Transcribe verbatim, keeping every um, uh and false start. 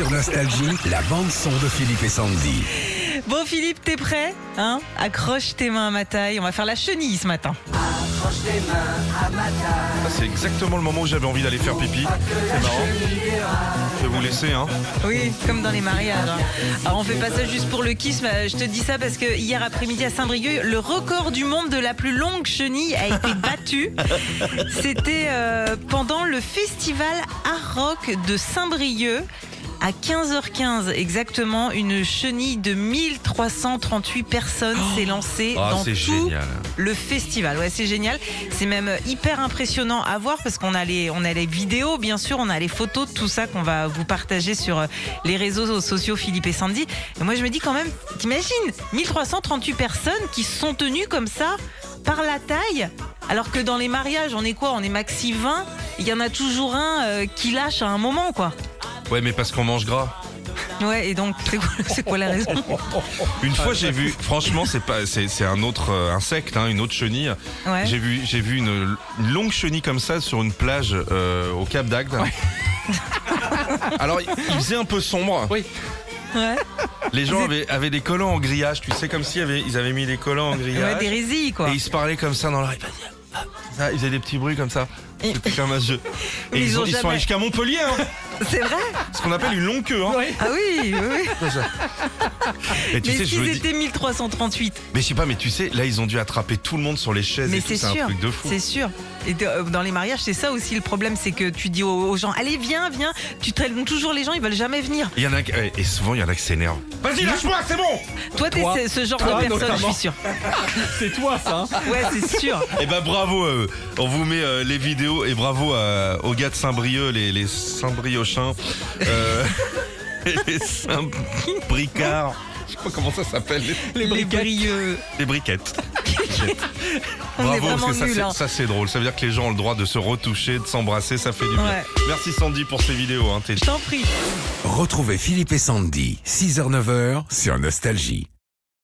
Sur Nostalgie, la bande-son de Philippe et Sandy. Bon Philippe, t'es prêt hein? Accroche tes mains à ma taille, on va faire la chenille ce matin. Accroche tes mains à ma taille. Ah, c'est exactement le moment où j'avais envie d'aller faire pipi. C'est marrant. Je vais vous laisser, hein. Oui, comme dans les mariages. hein. Alors on fait pas ça juste pour le kiss, mais je te dis ça parce que hier après-midi à Saint-Brieuc, le record du monde de la plus longue chenille a été battu. C'était euh, pendant le festival Art Rock de Saint-Brieuc. À quinze heures quinze exactement, une chenille de mille trois cent trente-huit personnes s'est lancée Ah, dans c'est tout génial. le festival. Ouais, c'est génial. C'est même hyper impressionnant à voir parce qu'on a les, on a les vidéos, bien sûr, on a les photos de tout ça qu'on va vous partager sur les réseaux sociaux Philippe et Sandy. Et moi, je me dis quand même, t'imagines, mille trois cent trente-huit personnes qui se sont tenues comme ça par la taille. Alors que dans les mariages, on est quoi? On est maxi vingt. Il y en a toujours un euh, qui lâche à un moment, quoi. Ouais, mais parce qu'on mange gras. Ouais, et donc, c'est quoi, c'est quoi la raison? Une fois, j'ai vu, franchement, c'est pas, c'est, c'est un autre euh, insecte, hein, une autre chenille. Ouais. J'ai vu, j'ai vu une, une longue chenille comme ça sur une plage euh, au Cap d'Agde. Ouais. Alors, il il faisait un peu sombre. Oui. Ouais. Les gens avaient, avaient des collants en grillage, tu sais, comme s'ils avaient, ils avaient mis des collants en grillage. Ouais, des résilles, quoi. Et ils se parlaient comme ça dans l'oreille. Ils faisaient des petits bruits comme ça. C'était comme un jeu. Mais Et ils ils, ont, ont ils sont jamais- allés jusqu'à Montpellier, hein. C'est vrai? Ce qu'on appelle une longue queue, hein. Oui. Ah oui, oui, oui. Comme ça. Et tu Mais sais, je s'ils me dis, étaient mille trois cent trente-huit. mais je sais pas, mais tu sais, là ils ont dû attraper tout le monde sur les chaises Mais et tout, c'est c'est un sûr, truc de fou. c'est sûr. Et de- euh, dans les mariages, c'est ça aussi le problème, c'est que tu dis aux, aux gens, allez viens, viens. Tu traînes toujours les gens, ils veulent jamais venir. Il y en a qui- et souvent il y en a qui s'énervent. Vas-y, lâche-moi, c'est bon. Toi, t'es Toi. ce, ce genre Toi, de personne, notamment. je suis sûr. C'est toi ça. Hein. Ouais, c'est sûr. Et ben bravo, euh, on vous met euh, les vidéos et bravo à- aux gars de Saint-Brieuc, les, les Saint-Briochins, euh, les Saint-Bricards. Je sais pas comment ça s'appelle, les, Les, briquettes. brieux. les briquettes. On est Bravo, vraiment parce que ça, nuls. c'est- hein. ça c'est drôle. Ça veut dire que les gens ont le droit de se retoucher, de s'embrasser, ça fait du bien. Ouais. Merci Sandy pour ces vidéos. Hein, t'es Je t'en prie. Retrouvez Philippe et Sandy, six heures neuf heures sur Nostalgie.